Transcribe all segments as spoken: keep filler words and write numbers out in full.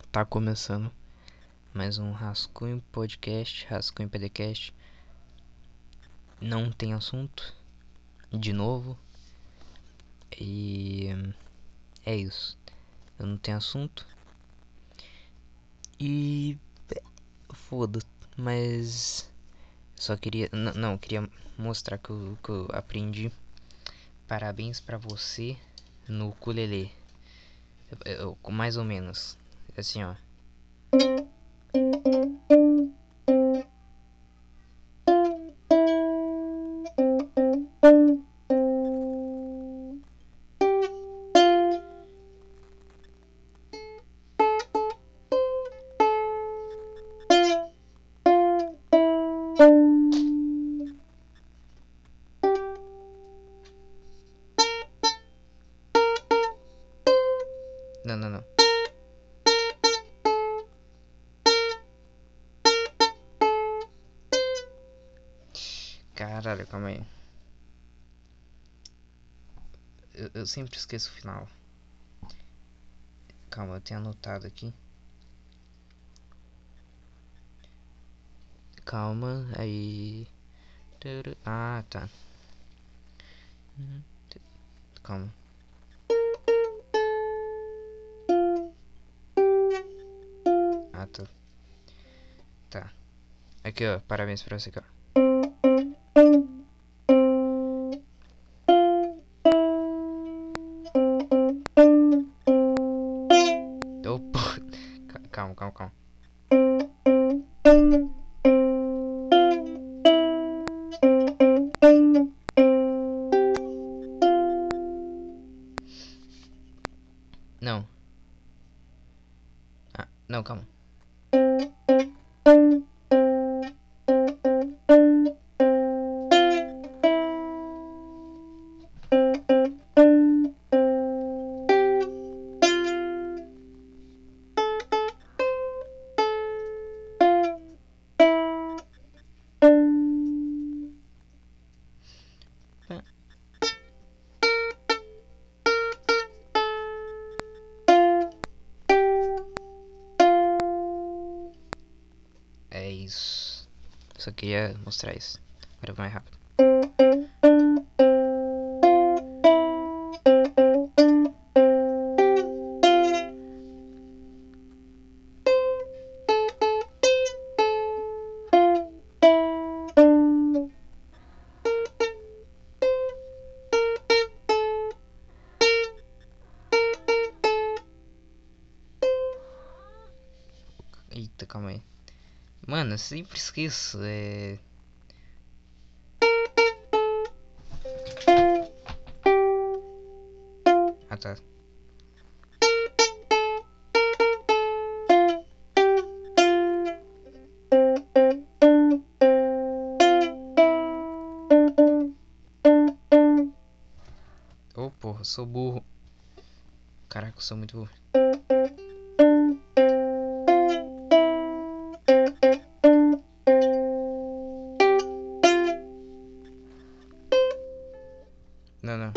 Tá começando mais um Rascunho Podcast, Rascunho PDcast. Não tem assunto, de novo. E é isso. Eu não tenho assunto. E foda, mas só queria, n- não, queria mostrar que eu, que eu aprendi. Parabéns pra você no ukulele. Eu, eu, mais ou menos assim, ó. Não, não, não. Caralho, calma aí. Eu, eu sempre esqueço o final. Calma, eu tenho anotado aqui. Calma, aí. Ah, tá. Calma. Ah, tá. Tá. Aqui, ó. Parabéns pra você, cara. Opa. Calma, calma, calma. Não. Ah, não, calma. É isso. Só queria mostrar isso. Agora vai mais rápido. Eita, calma aí. Mano, eu sempre esqueço. É. Ah, tá. Ô, oh, porra, sou burro. Caraca, eu sou muito burro. Não, não.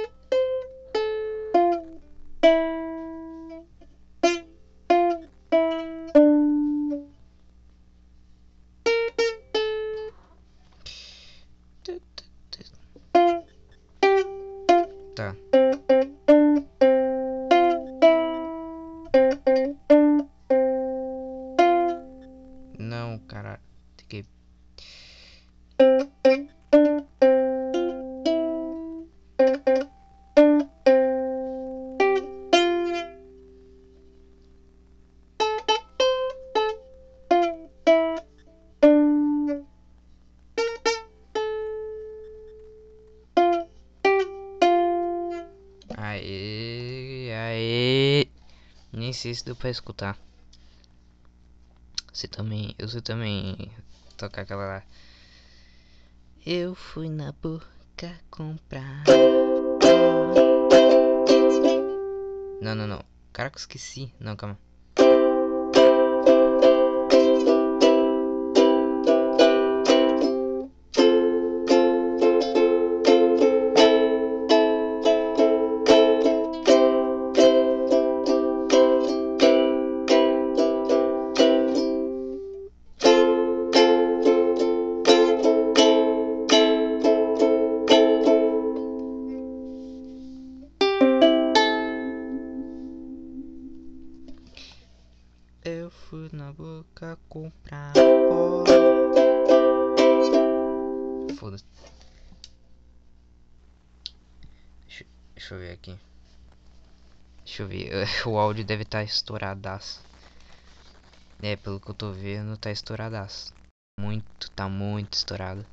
Tá. Não, cara. Tem que. Aê, aê. Nem sei se deu pra escutar. Você também, eu sei também tocar aquela lá. Eu fui na boca comprar. Não, não, não. Caraca, eu esqueci. Não, calma. fui na boca comprar pó. Foda-se. Deixa, deixa eu ver aqui. Deixa eu ver. O áudio deve estar estouradaço. É, pelo que eu tô vendo, tá estouradaço. Muito, tá muito estourado.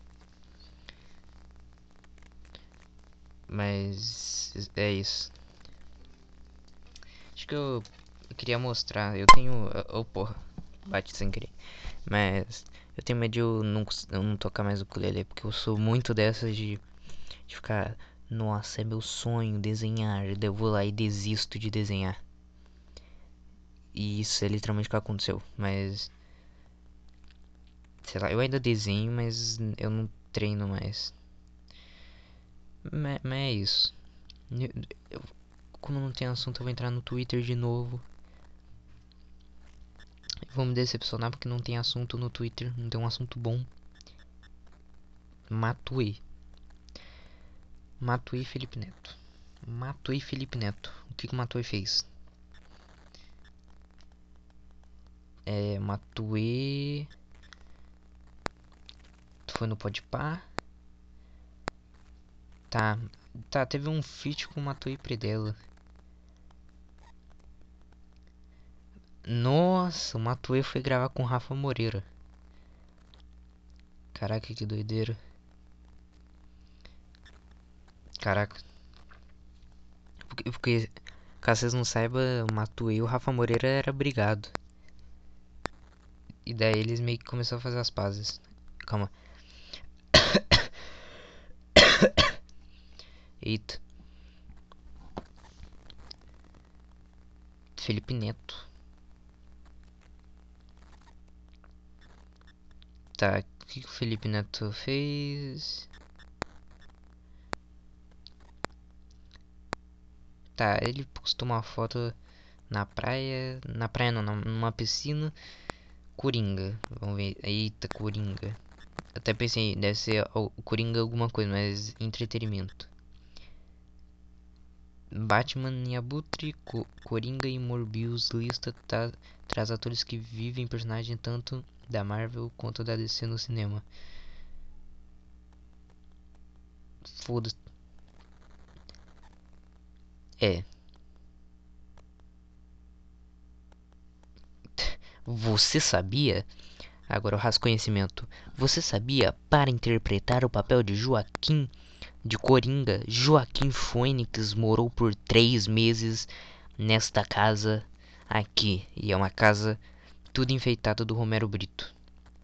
Mas é isso. Acho que eu, eu queria mostrar. Eu tenho. Oh, porra. Bate sem querer. Mas eu tenho medo de eu não, eu não tocar mais o ukulele. Porque eu sou muito dessas de, de ficar. Nossa, é meu sonho desenhar. Daí eu vou lá e desisto de desenhar. E isso é literalmente o que aconteceu. Mas. Sei lá, eu ainda desenho, mas eu não treino mais. Mas, mas é isso. Eu, eu, como não tem assunto, eu vou entrar no Twitter de novo. Vou me decepcionar porque não tem assunto no Twitter. Não tem um assunto bom. Matuei. Matuei Felipe Neto. Matuei Felipe Neto. O que que o Matuei fez? É, Matuei. Foi no Podpah. Tá. Tá, teve um feat com o Matuei Predella. Nossa, o Matuei foi gravar com o Rafa Moreira. Caraca, que doideira. Caraca. Porque, porque caso vocês não saibam, o Matuei e o Rafa Moreira era brigado. E daí eles meio que começaram a fazer as pazes. Calma. Eita. Felipe Neto. Tá, o que, que o Felipe Neto fez? Tá, ele postou uma foto na praia. Na praia não, numa piscina. Coringa. Vamos ver. Eita, Coringa. Até pensei, deve ser o Coringa alguma coisa, mas entretenimento. Batman e Abutre, Co Coringa e Morbius lista tá, traz atores que vivem personagens tanto da Marvel quanto da D C no cinema. Foda-se. É. Você sabia? Agora eu rasgo conhecimento. Você sabia? Para interpretar o papel de Joaquim de Coringa, Joaquim Phoenix morou por três meses nesta casa aqui. E é uma casa tudo enfeitada do Romero Brito.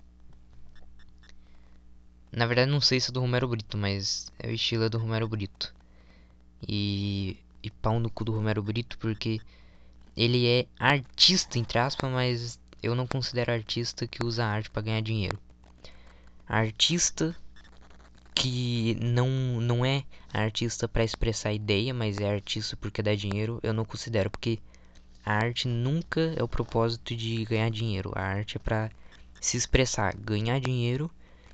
Na verdade não sei se é do Romero Brito, mas é o estilo do Romero Brito. E, e pau no cu do Romero Brito porque ele é artista, entre aspas, mas eu não considero artista que usa arte para ganhar dinheiro. Artista que não, não é artista para expressar ideia, mas é artista porque dá dinheiro, eu não considero, porque a arte nunca é o propósito de ganhar dinheiro. A arte é para se expressar. Ganhar dinheiro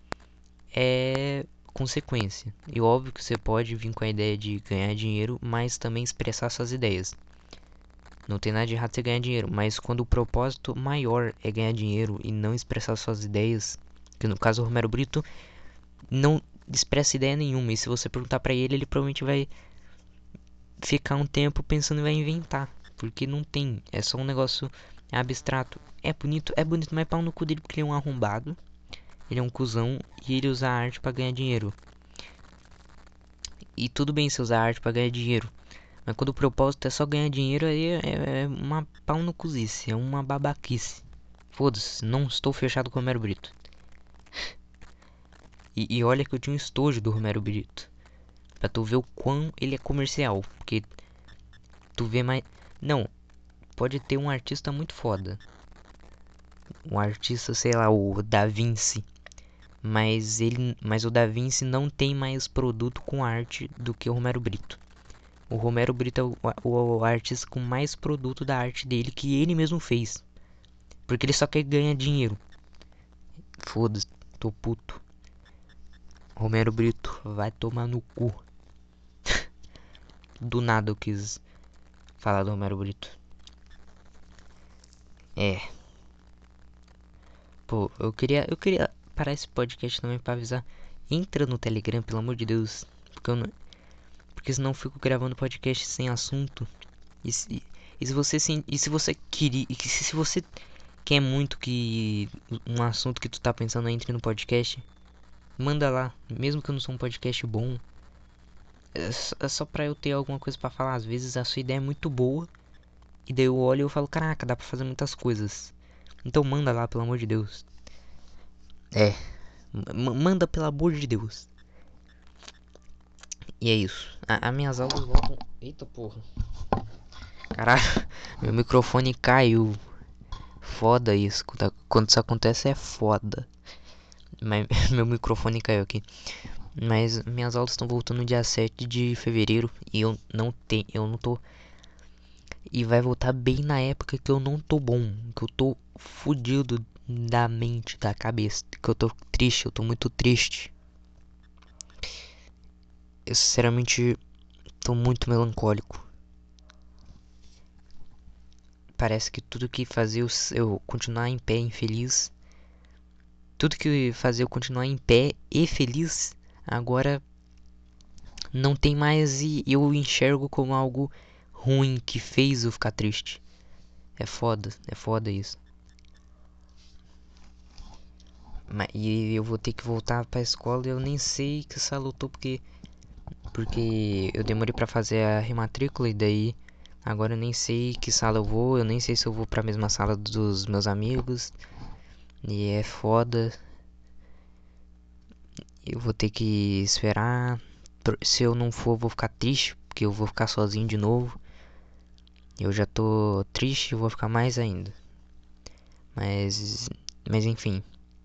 é consequência. E óbvio que você pode vir com a ideia de ganhar dinheiro, mas também expressar suas ideias. Não tem nada de errado você ganhar dinheiro, mas quando o propósito maior é ganhar dinheiro e não expressar suas ideias, que no caso o Romero Brito não expressa ideia nenhuma, e se você perguntar pra ele, ele provavelmente vai ficar um tempo pensando e vai inventar, porque não tem, é só um negócio abstrato. É bonito, é bonito, mas pau no cu dele porque ele é um arrombado, ele é um cuzão e ele usa a arte pra ganhar dinheiro. E tudo bem se usar arte pra ganhar dinheiro, mas quando o propósito é só ganhar dinheiro, aí é, é uma pau no cuzice, é uma babaquice. Foda-se, não estou fechado com o Romero Brito. E, e olha que eu tinha um estojo do Romero Brito. Pra tu ver o quão ele é comercial. Porque tu vê mais. Não, pode ter um artista muito foda. Um artista, sei lá, o Da Vinci. Mas ele. Mas o Da Vinci não tem mais produto com arte do que o Romero Brito. O Romero Brito é o, o, o artista com mais produto da arte dele que ele mesmo fez. Porque ele só quer ganhar dinheiro. Foda-se, tô puto. Romero Brito, vai tomar no cu. Do nada eu quis falar do Romero Brito. É. Pô, eu queria, eu queria parar esse podcast também pra avisar. Entra no Telegram, pelo amor de Deus. Porque eu não, porque senão eu fico gravando podcast sem assunto. E se, e se você se, e se você queria, e se, se você quer muito que um assunto que tu tá pensando entre no podcast, manda lá, mesmo que eu não sou um podcast bom. É só, é só pra eu ter alguma coisa pra falar. Às vezes a sua ideia é muito boa e daí eu olho e eu falo, caraca, dá pra fazer muitas coisas. Então manda lá, pelo amor de Deus. É, m- manda pelo amor de Deus. E é isso. A, as minhas aulas voltam. Eita porra. Caralho, meu microfone caiu. Foda isso. Quando isso acontece é foda. Mas meu microfone caiu aqui. Mas minhas aulas estão voltando no dia sete de fevereiro e eu não tenho, eu não tô. E vai voltar bem na época que eu não tô bom, que eu tô fudido da mente, da cabeça, que eu tô triste, eu tô muito triste. Eu sinceramente tô muito melancólico. Parece que tudo que fazia eu, eu continuar em pé infeliz, tudo que fazia eu continuar em pé e feliz, agora não tem mais e eu enxergo como algo ruim que fez eu ficar triste. É foda, é foda isso. Mas, e eu vou ter que voltar pra escola e eu nem sei que sala eu tô porque porque eu demorei pra fazer a rematrícula e daí agora eu nem sei que sala eu vou, eu nem sei se eu vou pra mesma sala dos meus amigos. E é foda. Eu vou ter que esperar. Se eu não for, eu vou ficar triste, porque eu vou ficar sozinho de novo. Eu já tô triste e vou ficar mais ainda. Mas mas enfim.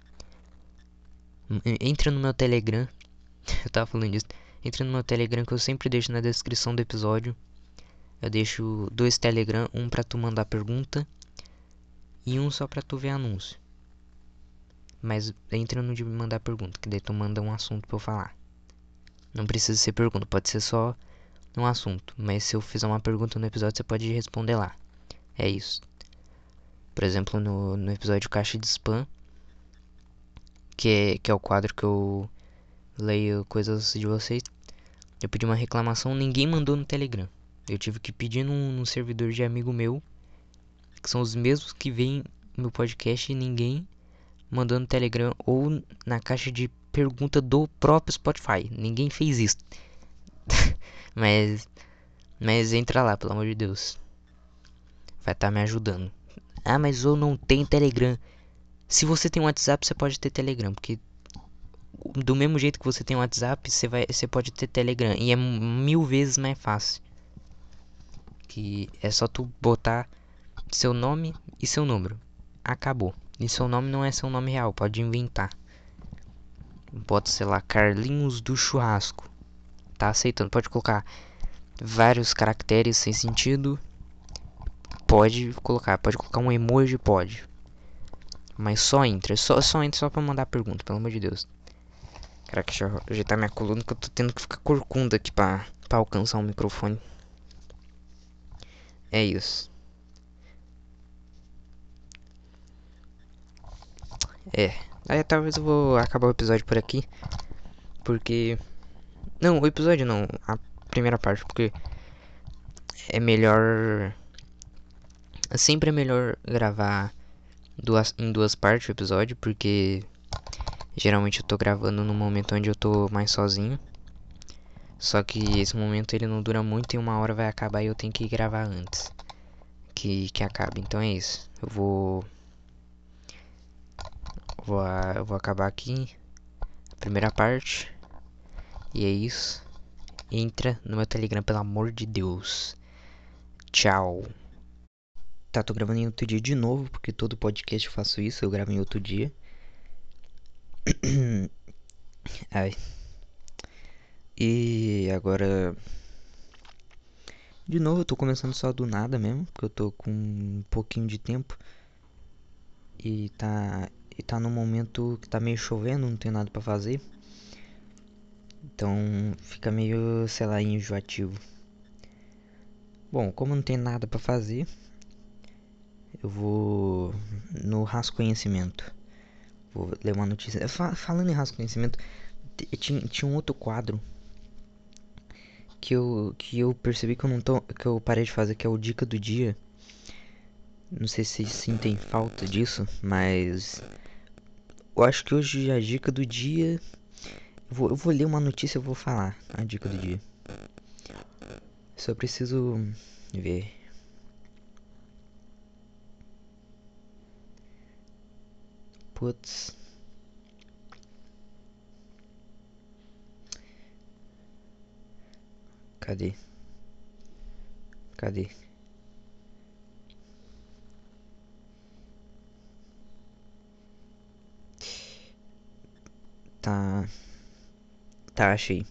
Entra no meu Telegram. Eu tava falando disso. Entra no meu Telegram que eu sempre deixo na descrição do episódio. Eu deixo dois Telegram, um pra tu mandar pergunta e um só pra tu ver anúncio. Mas entra no de mandar pergunta, que daí tu manda um assunto pra eu falar. Não precisa ser pergunta, pode ser só um assunto. Mas se eu fizer uma pergunta no episódio, você pode responder lá. É isso. Por exemplo, no, no episódio Caixa de Spam, que é, que é o quadro que eu leio coisas de vocês. Eu pedi uma reclamação, ninguém mandou no Telegram. Eu tive que pedir num, num servidor de amigo meu, que são os mesmos que veem meu podcast e ninguém mandou no Telegram ou na caixa de pergunta do próprio Spotify. Ninguém fez isso. mas, mas entra lá, pelo amor de Deus. Vai estar tá me ajudando. Ah, mas eu não tenho Telegram. Se você tem um WhatsApp, você pode ter Telegram, porque do mesmo jeito que você tem um WhatsApp, você vai, você pode ter Telegram e é mil vezes mais fácil. Que é só tu botar seu nome e seu número. Acabou. E seu nome não é seu nome real, pode inventar. Bota, sei lá, Carlinhos do Churrasco. Tá aceitando. Pode colocar vários caracteres sem sentido. Pode colocar. Pode colocar um emoji, pode. Mas só entra. Só, só entra só pra mandar pergunta, pelo amor de Deus. Caraca, deixa eu ajeitar minha coluna que eu tô tendo que ficar corcunda aqui pra, pra alcançar o microfone. É isso. É. Aí talvez eu vou acabar o episódio por aqui. Porque. Não, o episódio não. A primeira parte. Porque é melhor. Sempre é melhor gravar duas, em duas partes o episódio. Porque geralmente eu tô gravando no momento onde eu tô mais sozinho. Só que esse momento ele não dura muito e uma hora vai acabar e eu tenho que gravar antes que, que acabe. Então é isso. Eu vou. Vou, eu vou acabar aqui a primeira parte. E é isso. Entra no meu Telegram, pelo amor de Deus. Tchau. Tá, tô gravando em outro dia de novo, porque todo podcast eu faço isso, eu gravo em outro dia. Ai. E agora. De novo, eu tô começando só do nada mesmo, porque eu tô com um pouquinho de tempo. E tá. E tá num momento que tá meio chovendo, não tem nada pra fazer. Então fica meio, sei lá, enjoativo. Bom, como não tem nada pra fazer, eu vou no rasconhecimento. Vou ler uma notícia. Fa- Falando em raso conhecimento, tinha, tinha um outro quadro que eu, que eu percebi que eu não tô, que eu parei de fazer, que é o Dica do Dia. Não sei se vocês sentem falta disso, mas eu acho que hoje a dica do dia. Eu vou, eu vou ler uma notícia e eu vou falar a dica do dia. Só preciso ver. Putz. Cadê? Cadê? Tá. Tá, achei.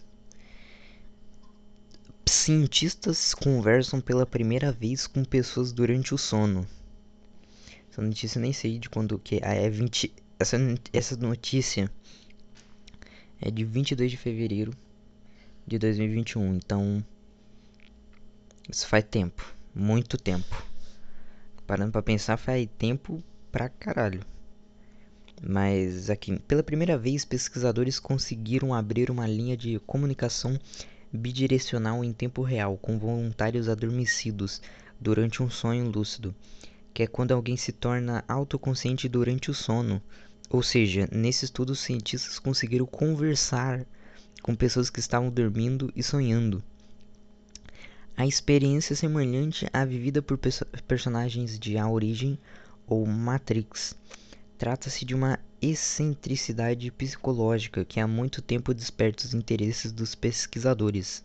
Cientistas conversam pela primeira vez com pessoas durante o sono. Essa notícia eu nem sei de quando que é. Ah, é vinte. Essa, essa notícia é de vinte e dois de fevereiro de dois mil e vinte e um. Então, isso faz tempo. Muito tempo. Parando pra pensar, faz tempo pra caralho. Mas aqui, pela primeira vez, pesquisadores conseguiram abrir uma linha de comunicação bidirecional em tempo real com voluntários adormecidos durante um sonho lúcido, que é quando alguém se torna autoconsciente durante o sono. Ou seja, nesse estudo, os cientistas conseguiram conversar com pessoas que estavam dormindo e sonhando. A experiência é semelhante à vivida por perso personagens de A Origem ou Matrix. Trata-se de uma excentricidade psicológica que há muito tempo desperta os interesses dos pesquisadores.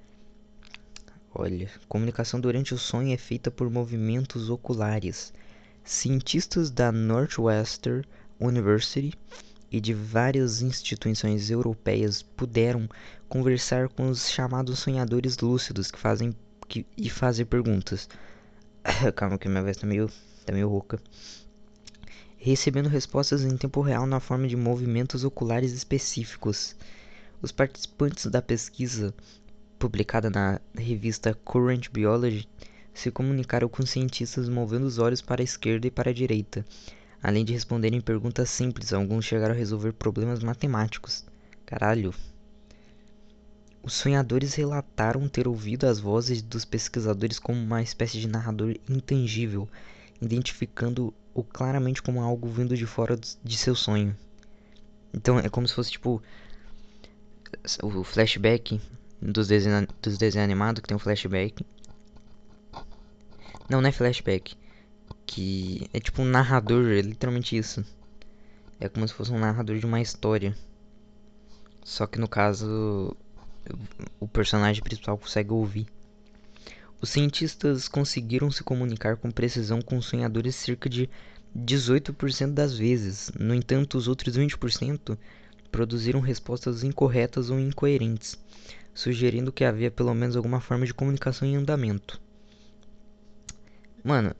Olha, comunicação durante o sonho é feita por movimentos oculares. Cientistas da Northwestern University e de várias instituições europeias puderam conversar com os chamados sonhadores lúcidos que fazem que, e fazer perguntas. Calma que minha voz tá meio, tá meio rouca. Recebendo respostas em tempo real na forma de movimentos oculares específicos. Os participantes da pesquisa, publicada na revista Current Biology, se comunicaram com cientistas movendo os olhos para a esquerda e para a direita, além de responderem perguntas simples. Alguns chegaram a resolver problemas matemáticos. Caralho. Os sonhadores relataram ter ouvido as vozes dos pesquisadores como uma espécie de narrador intangível, identificando-o claramente como algo vindo de fora de seu sonho. Então é como se fosse tipo o flashback dos desenhos dos desenhos animados, que tem um flashback. Não, não é flashback. Que é tipo um narrador, é literalmente isso. É como se fosse um narrador de uma história. Só que no caso, o personagem principal consegue ouvir. Os cientistas conseguiram se comunicar com precisão com os sonhadores cerca de dezoito por cento das vezes. No entanto, os outros vinte por cento produziram respostas incorretas ou incoerentes, sugerindo que havia pelo menos alguma forma de comunicação em andamento. Mano,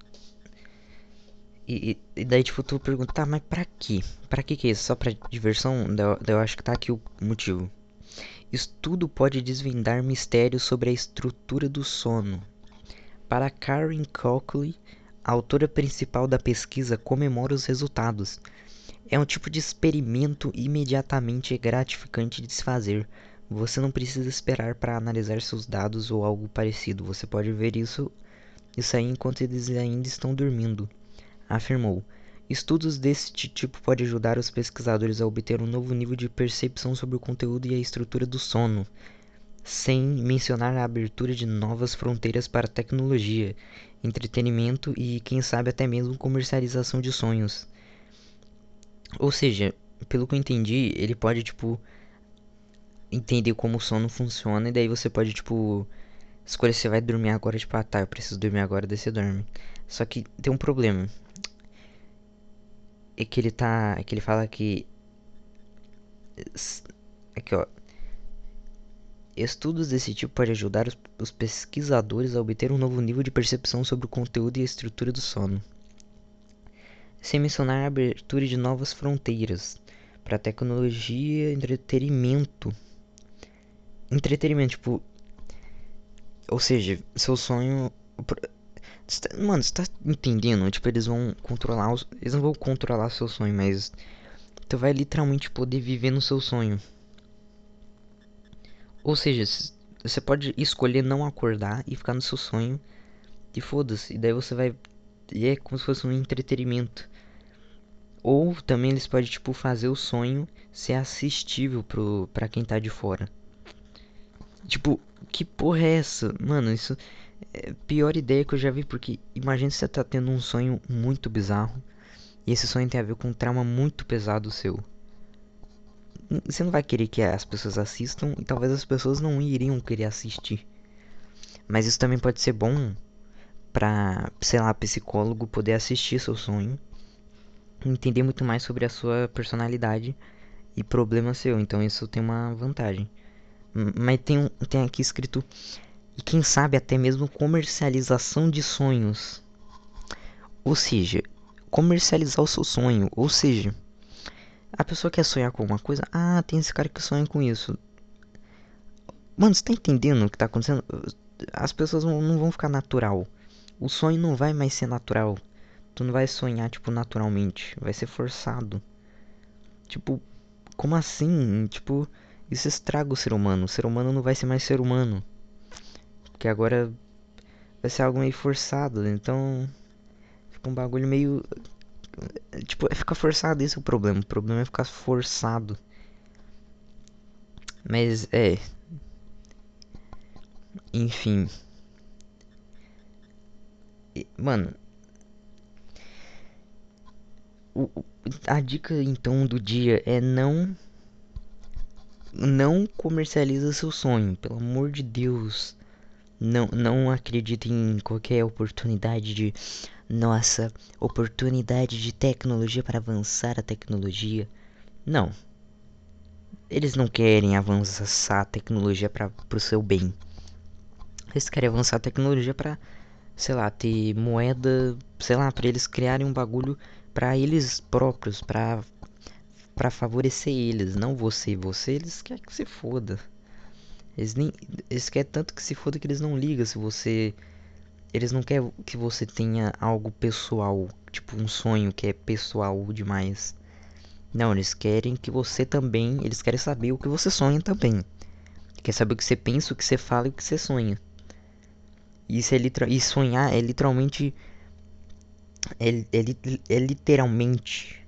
e, e daí tipo tu pergunta, tá, mas pra quê? Pra que que é isso? Só pra diversão? Daí eu acho que tá aqui o motivo. Estudo pode desvendar mistérios sobre a estrutura do sono. Para Karen Coakley, a autora principal da pesquisa, comemora os resultados. É um tipo de experimento imediatamente gratificante de se fazer. Você não precisa esperar para analisar seus dados ou algo parecido. Você pode ver isso, isso aí enquanto eles ainda estão dormindo, afirmou. Estudos desse tipo podem ajudar os pesquisadores a obter um novo nível de percepção sobre o conteúdo e a estrutura do sono, sem mencionar a abertura de novas fronteiras para tecnologia, entretenimento e, quem sabe, até mesmo comercialização de sonhos. Ou seja, pelo que eu entendi, ele pode, tipo, entender como o sono funciona e daí você pode, tipo, escolher se você vai dormir agora, tipo, ah tá, eu preciso dormir agora, daí você dorme. Só que tem um problema. É que ele tá. É que ele fala que. Aqui, ó. Estudos desse tipo podem ajudar os, os pesquisadores a obter um novo nível de percepção sobre o conteúdo e a estrutura do sono, sem mencionar a abertura de novas fronteiras para tecnologia, entretenimento. Entretenimento, tipo. Ou seja, seu sonho. Mano, você tá entendendo? Tipo, eles vão controlar os, eles não vão controlar seu sonho, mas tu vai literalmente poder viver no seu sonho. Ou seja, você pode escolher não acordar e ficar no seu sonho e foda-se. E daí você vai. E é como se fosse um entretenimento. Ou também eles podem, tipo, fazer o sonho ser assistível pro, pra quem tá de fora. Tipo, que porra é essa? Mano, isso é a pior ideia que eu já vi. Porque imagina se você tá tendo um sonho muito bizarro. E esse sonho tem a ver com um trauma muito pesado seu. Você não vai querer que as pessoas assistam. E talvez as pessoas não iriam querer assistir. Mas isso também pode ser bom pra, sei lá, psicólogo poder assistir seu sonho. Entender muito mais sobre a sua personalidade e problema seu. Então isso tem uma vantagem. Mas tem, um, tem aqui escrito, e quem sabe até mesmo comercialização de sonhos. Ou seja, comercializar o seu sonho. Ou seja, a pessoa quer sonhar com alguma coisa. Ah, tem esse cara que sonha com isso. Mano, você tá entendendo o que tá acontecendo? As pessoas não vão ficar natural. O sonho não vai mais ser natural. Tu não vai sonhar, tipo, naturalmente. Vai ser forçado. Tipo, como assim? Tipo, isso estraga o ser humano. O ser humano não vai ser mais ser humano. Porque agora vai ser algo meio forçado. Então, fica um bagulho meio. Tipo, é ficar forçado. Esse é o problema. O problema é ficar forçado. Mas, é. Enfim. Mano. O, a dica, então, do dia é não. Não comercializa seu sonho. Pelo amor de Deus. Não, não acredite em qualquer oportunidade de. Nossa, oportunidade de tecnologia para avançar a tecnologia. Não. Eles não querem avançar a tecnologia para o seu bem. Eles querem avançar a tecnologia para, sei lá, ter moeda, sei lá, para eles criarem um bagulho para eles próprios, para para favorecer eles, não você. Você eles querem que se foda. Eles nem eles querem tanto que se foda que eles não ligam se você. Eles não querem que você tenha algo pessoal, tipo um sonho que é pessoal demais. Não, eles querem que você também. Eles querem saber o que você sonha também. Quer saber o que você pensa, o que você fala e o que você sonha. E, isso é literal, e sonhar é literalmente. É, é, é literalmente.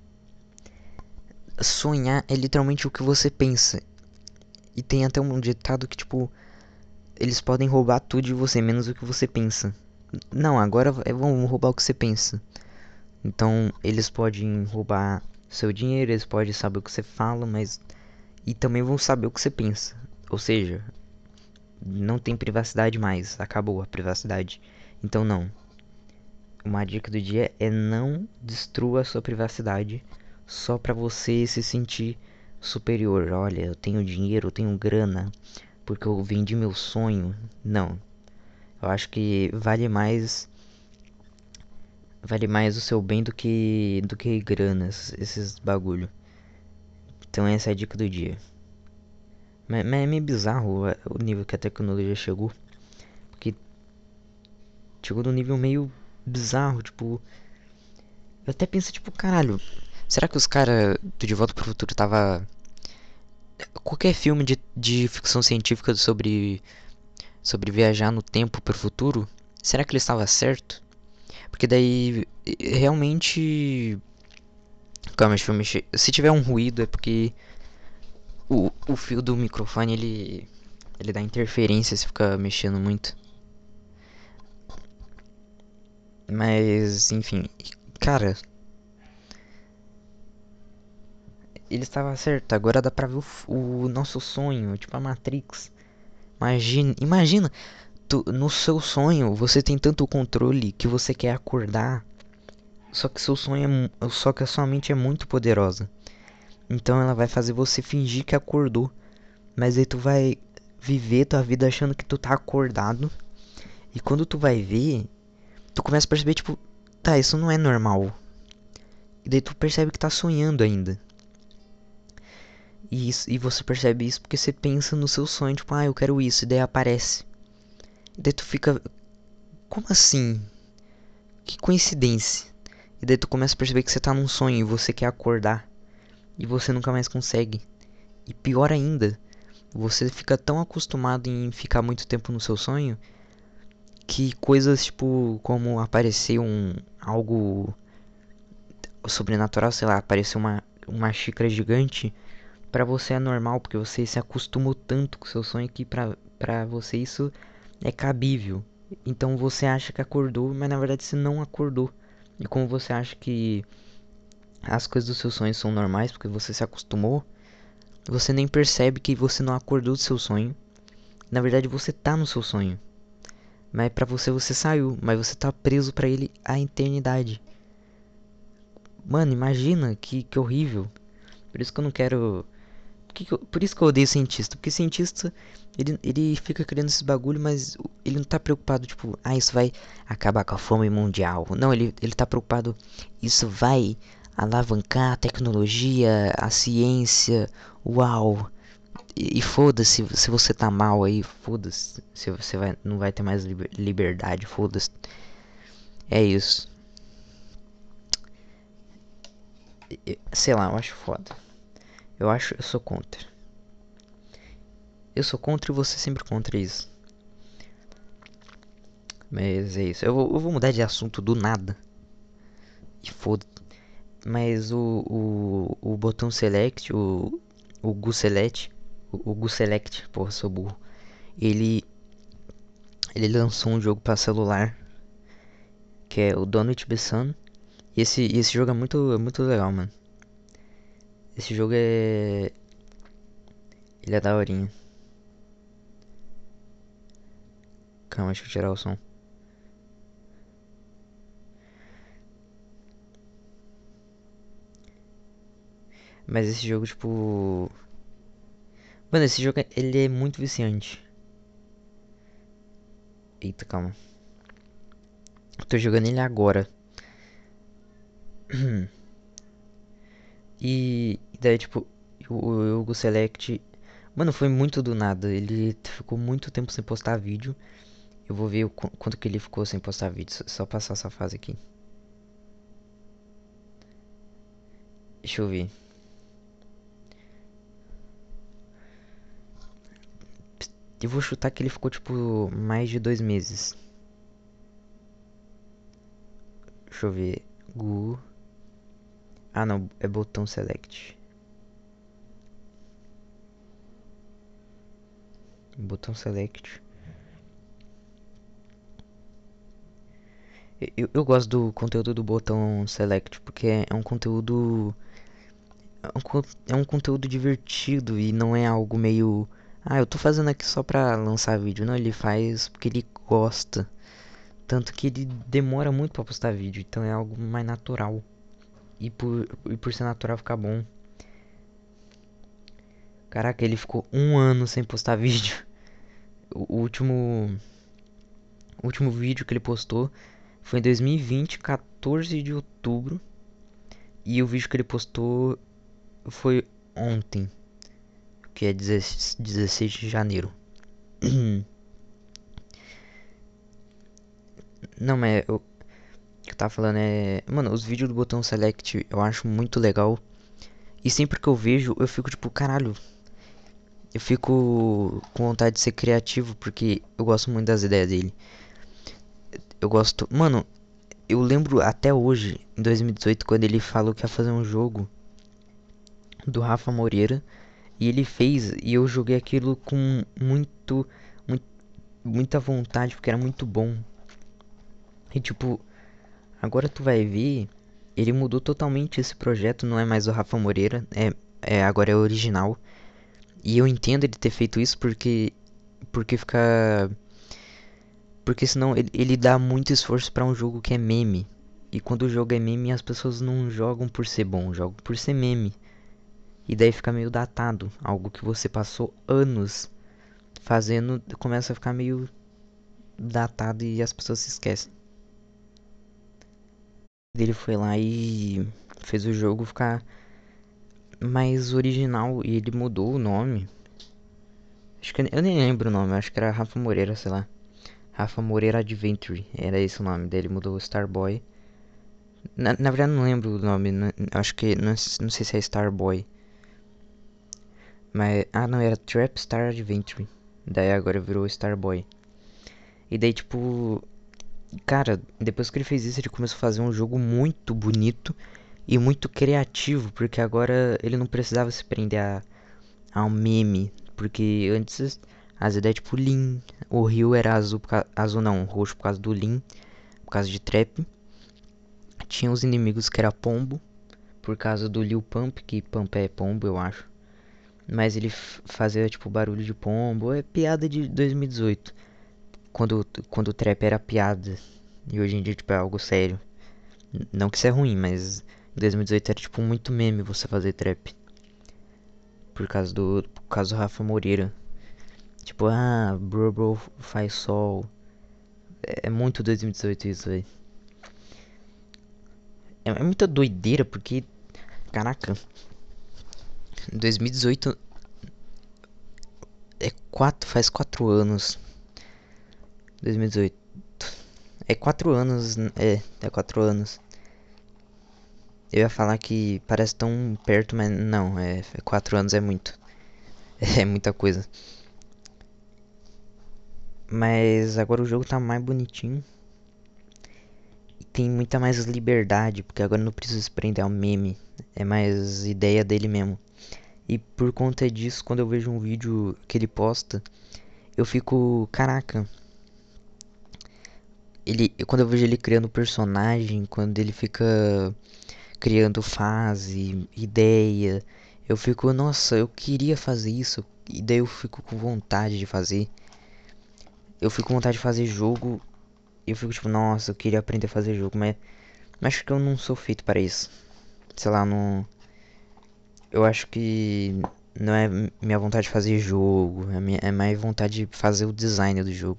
Sonhar é literalmente o que você pensa. E tem até um ditado que, tipo. Eles podem roubar tudo de você, menos o que você pensa. Não, agora vão roubar o que você pensa. Então, eles podem roubar seu dinheiro, eles podem saber o que você fala, mas. E também vão saber o que você pensa. Ou seja, não tem privacidade mais. Acabou a privacidade. Então, não. Uma dica do dia é não destrua a sua privacidade só pra você se sentir superior. Olha, eu tenho dinheiro, eu tenho grana, porque eu vendi meu sonho. Não. Eu acho que vale mais vale mais o seu bem do que do que grana, esses bagulho. Então essa é a dica do dia. Mas, mas é meio bizarro o nível que a tecnologia chegou, porque chegou num nível meio bizarro, tipo, eu até penso tipo, caralho, será que os caras do De Volta pro Futuro tava qualquer filme de, de ficção científica sobre sobre viajar no tempo pro futuro, será que ele estava certo? Porque daí realmente. Calma, deixa eu mexer. Se tiver um ruído é porque o, o fio do microfone ele. Ele dá interferência se ficar mexendo muito. Mas, enfim. Cara. Ele estava certo. Agora dá pra ver o, o nosso sonho. Tipo a Matrix. Imagina. Imagina. Tu, no seu sonho você tem tanto controle que você quer acordar. Só que seu sonho é, só que a sua mente é muito poderosa. Então ela vai fazer você fingir que acordou. Mas aí tu vai viver tua vida achando que tu tá acordado. E quando tu vai ver, tu começa a perceber, tipo, tá, isso não é normal. E daí tu percebe que tá sonhando ainda. E, isso, e você percebe isso porque você pensa no seu sonho, tipo, ah, eu quero isso. E daí aparece. E daí tu fica, como assim? Que coincidência. E daí tu começa a perceber que você tá num sonho e você quer acordar. e você nunca mais consegue. E pior ainda, você fica tão acostumado em ficar muito tempo no seu sonho que coisas tipo como aparecer um algo sobrenatural, sei lá, aparecer uma uma xícara gigante, pra você é normal, porque você se acostumou tanto com o seu sonho que pra, pra você isso é cabível. Então você acha que acordou, mas na verdade você não acordou. E como você acha que as coisas dos seus sonhos são normais, porque você se acostumou, você nem percebe que você não acordou do seu sonho. Na verdade você tá no seu sonho. Mas pra você você saiu, mas você tá preso pra ele a eternidade. Mano, imagina que, que horrível. Por isso que eu não quero. Que que eu- por isso que eu odeio cientista. Porque cientista, ele, ele fica criando esses bagulho, mas ele não tá preocupado, tipo, ah, isso vai acabar com a fome mundial. Não, ele, ele tá preocupado, isso vai alavancar a tecnologia, a ciência, uau. E, e foda-se se você tá mal aí, foda-se. Se você vai, não vai ter mais liber- liberdade, foda-se. É isso. E- Sei lá, eu acho foda. Eu acho, eu sou contra. Eu sou contra e você sempre contra isso. Mas é isso. Eu vou, eu vou mudar de assunto do nada. E foda. Mas o, o, o botão select, o, o Gu Select, o, o Gu Select, porra, sou burro. Ele, ele lançou um jogo pra celular que é o Donut the Sun. E esse, esse jogo é muito, é muito legal, mano. Esse jogo é. Ele é daorinha. Calma, deixa eu tirar o som. Mas esse jogo, tipo. Mano, esse jogo ele é muito viciante. Eita, calma. Eu tô jogando ele agora. E daí, tipo, o Hugo Select. Mano, foi muito do nada. Ele ficou muito tempo sem postar vídeo. Eu vou ver o qu- quanto que ele ficou sem postar vídeo. Só só passar essa fase aqui. Deixa eu ver. Eu vou chutar que ele ficou, tipo, mais de dois meses. Deixa eu ver. Gu. Ah, não. É botão select. Botão select. Eu, eu gosto do conteúdo do botão select porque é um conteúdo. É um, con- é um conteúdo divertido e não é algo meio. Ah, eu tô fazendo aqui só pra lançar vídeo. Não, ele faz porque ele gosta. Tanto que ele demora muito pra postar vídeo. Então é algo mais natural. E por, e por ser natural fica bom. Caraca, ele ficou um ano sem postar vídeo. O, o último. O último vídeo que ele postou foi em dois mil e vinte, quatorze de outubro. E o vídeo que ele postou foi ontem, que é dezesseis de janeiro. Não, mas eu, o que eu tava falando é. Mano, os vídeos do botão select eu acho muito legal. E sempre que eu vejo, eu fico tipo, caralho. Eu fico com vontade de ser criativo porque eu gosto muito das ideias dele. Eu gosto. Mano, eu lembro até hoje, em dois mil e dezoito, quando ele falou que ia fazer um jogo do Rafa Moreira. E ele fez, e eu joguei aquilo com muito, muito muita vontade, porque era muito bom. E tipo, agora tu vai ver, ele mudou totalmente esse projeto, não é mais o Rafa Moreira, é, é agora é original. E eu entendo ele ter feito isso porque porque fica porque senão ele, ele dá muito esforço pra um jogo que é meme. E quando o jogo é meme, as pessoas não jogam por ser bom, jogam por ser meme. E daí fica meio datado, algo que você passou anos fazendo, começa a ficar meio datado e as pessoas se esquecem. Ele foi lá e fez o jogo ficar mais original e ele mudou o nome. Acho que eu nem lembro o nome, acho que era Rafa Moreira, sei lá. Rafa Moreira Adventure, era esse o nome dele, mudou o Starboy Na, na verdade não lembro o nome, não- acho que, não, não sei se é Starboy. Mas, ah não, era Trap Star Adventure. Daí agora virou Starboy. E daí tipo, cara, depois que ele fez isso ele começou a fazer um jogo muito bonito e muito criativo. Porque agora ele não precisava se prender a, a um meme. Porque antes as ideias tipo Lean, o rio era azul, por ca- azul não, roxo por causa do Lean, por causa de trap. Tinha os inimigos que era pombo, por causa do Lil Pump, que Pump é pombo, eu acho. Mas ele fazia tipo barulho de pombo, é piada de dois mil e dezoito. Quando, quando o trap era piada. E hoje em dia tipo, é algo sério. Não que isso é ruim, mas em dois mil e dezoito era tipo muito meme você fazer trap. Por causa do, por causa do Rafa Moreira. Tipo, ah, bro, bro faz sol. É, é muito dois mil e dezoito isso, velho. É, é muita doideira porque, caraca, dois mil e dezoito é quatro, faz quatro anos. dois mil e dezoito. É quatro anos, é, é quatro anos. Eu ia falar que parece tão perto, mas não, é, é quatro anos é muito. É muita coisa. Mas agora o jogo tá mais bonitinho. E tem muita mais liberdade, porque agora não precisa se prender ao meme. É mais ideia dele mesmo. E por conta disso, quando eu vejo um vídeo que ele posta, eu fico, caraca. Ele, quando eu vejo ele criando personagem, quando ele fica criando fase, ideia, eu fico, nossa, eu queria fazer isso. E daí eu fico com vontade de fazer. Eu fico com vontade de fazer jogo. E eu fico tipo, nossa, eu queria aprender a fazer jogo, mas, mas acho que eu não sou feito para isso. Sei lá, não. Eu acho que não é minha vontade de fazer jogo, é, minha, é mais vontade de fazer o design do jogo.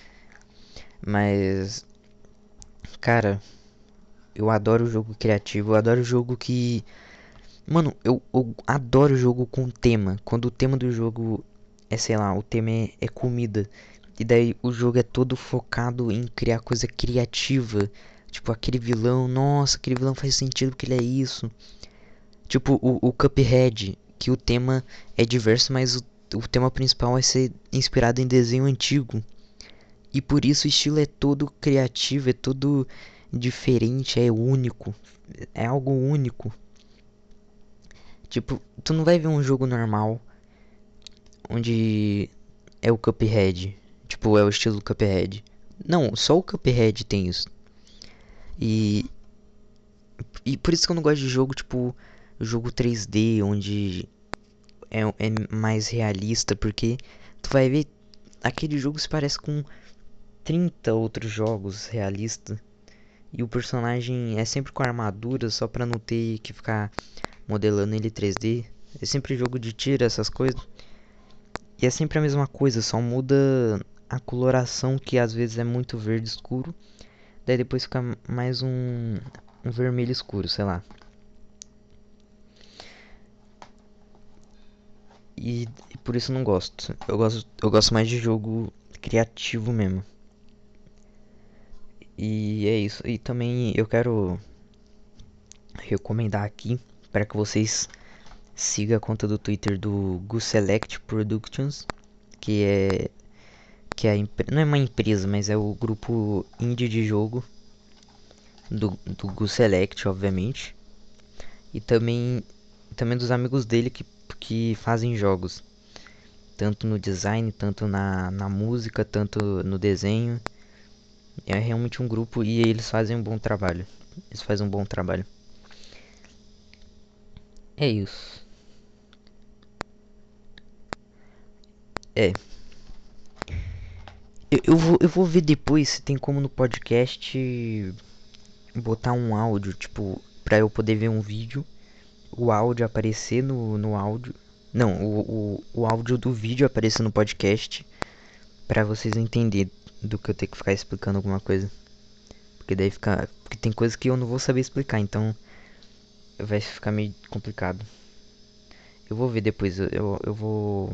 Mas, cara, eu adoro jogo criativo, eu adoro jogo que. Mano, eu, eu adoro jogo com tema. Quando o tema do jogo é, sei lá, o tema é, é comida. E daí o jogo é todo focado em criar coisa criativa. Tipo, aquele vilão, nossa, aquele vilão faz sentido porque ele é isso. Tipo, o, o Cuphead, que o tema é diverso, mas o, o tema principal vai ser inspirado em desenho antigo. E por isso o estilo é todo criativo, é todo diferente, é único. É algo único. Tipo, tu não vai ver um jogo normal onde é o Cuphead. Tipo, é o estilo Cuphead. Não, só o Cuphead tem isso. E, e por isso que eu não gosto de jogo, tipo, jogo três D, onde é, é mais realista, porque tu vai ver, aquele jogo se parece com trinta outros jogos realistas. E o personagem é sempre com armadura, só pra não ter que ficar modelando ele três D. É sempre jogo de tiro, essas coisas. E é sempre a mesma coisa, só muda a coloração, que às vezes é muito verde escuro. Daí depois fica mais um, um vermelho escuro, sei lá. E, e por isso eu não gosto. Eu gosto. Eu gosto mais de jogo criativo mesmo. E é isso. E também eu quero recomendar aqui para que vocês sigam a conta do Twitter do GoSelect Productions, que é que é a, não é uma empresa, mas é o grupo indie de jogo do, do GoSelect, obviamente. E também também dos amigos dele que, que fazem jogos, tanto no design, tanto na, na música, tanto no desenho. É realmente um grupo e eles fazem um bom trabalho. Eles fazem um bom trabalho. É isso. É. Eu, eu, vou, eu vou ver depois se tem como no podcast botar um áudio, tipo, pra eu poder ver um vídeo, o áudio aparecer no, no áudio. Não, o, o, o áudio do vídeo aparecer no podcast, pra vocês entenderem do que eu tenho que ficar explicando alguma coisa. Porque daí fica. Porque tem coisas que eu não vou saber explicar, então vai ficar meio complicado. Eu vou ver depois, eu, eu, eu vou.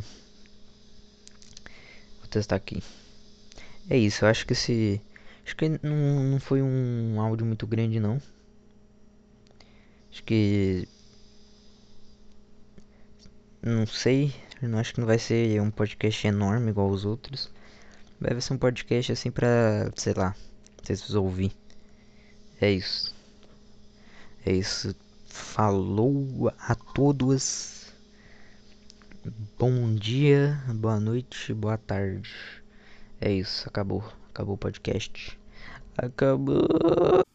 Vou testar aqui. É isso, eu acho que esse. Acho que não, não foi um áudio muito grande não. que... Não sei. Eu acho que não vai ser um podcast enorme igual os outros. Vai ser um podcast assim pra, sei lá, vocês ouvir. É isso. É isso. Falou a todos. Bom dia, boa noite, boa tarde. É isso, acabou. Acabou o podcast. Acabou.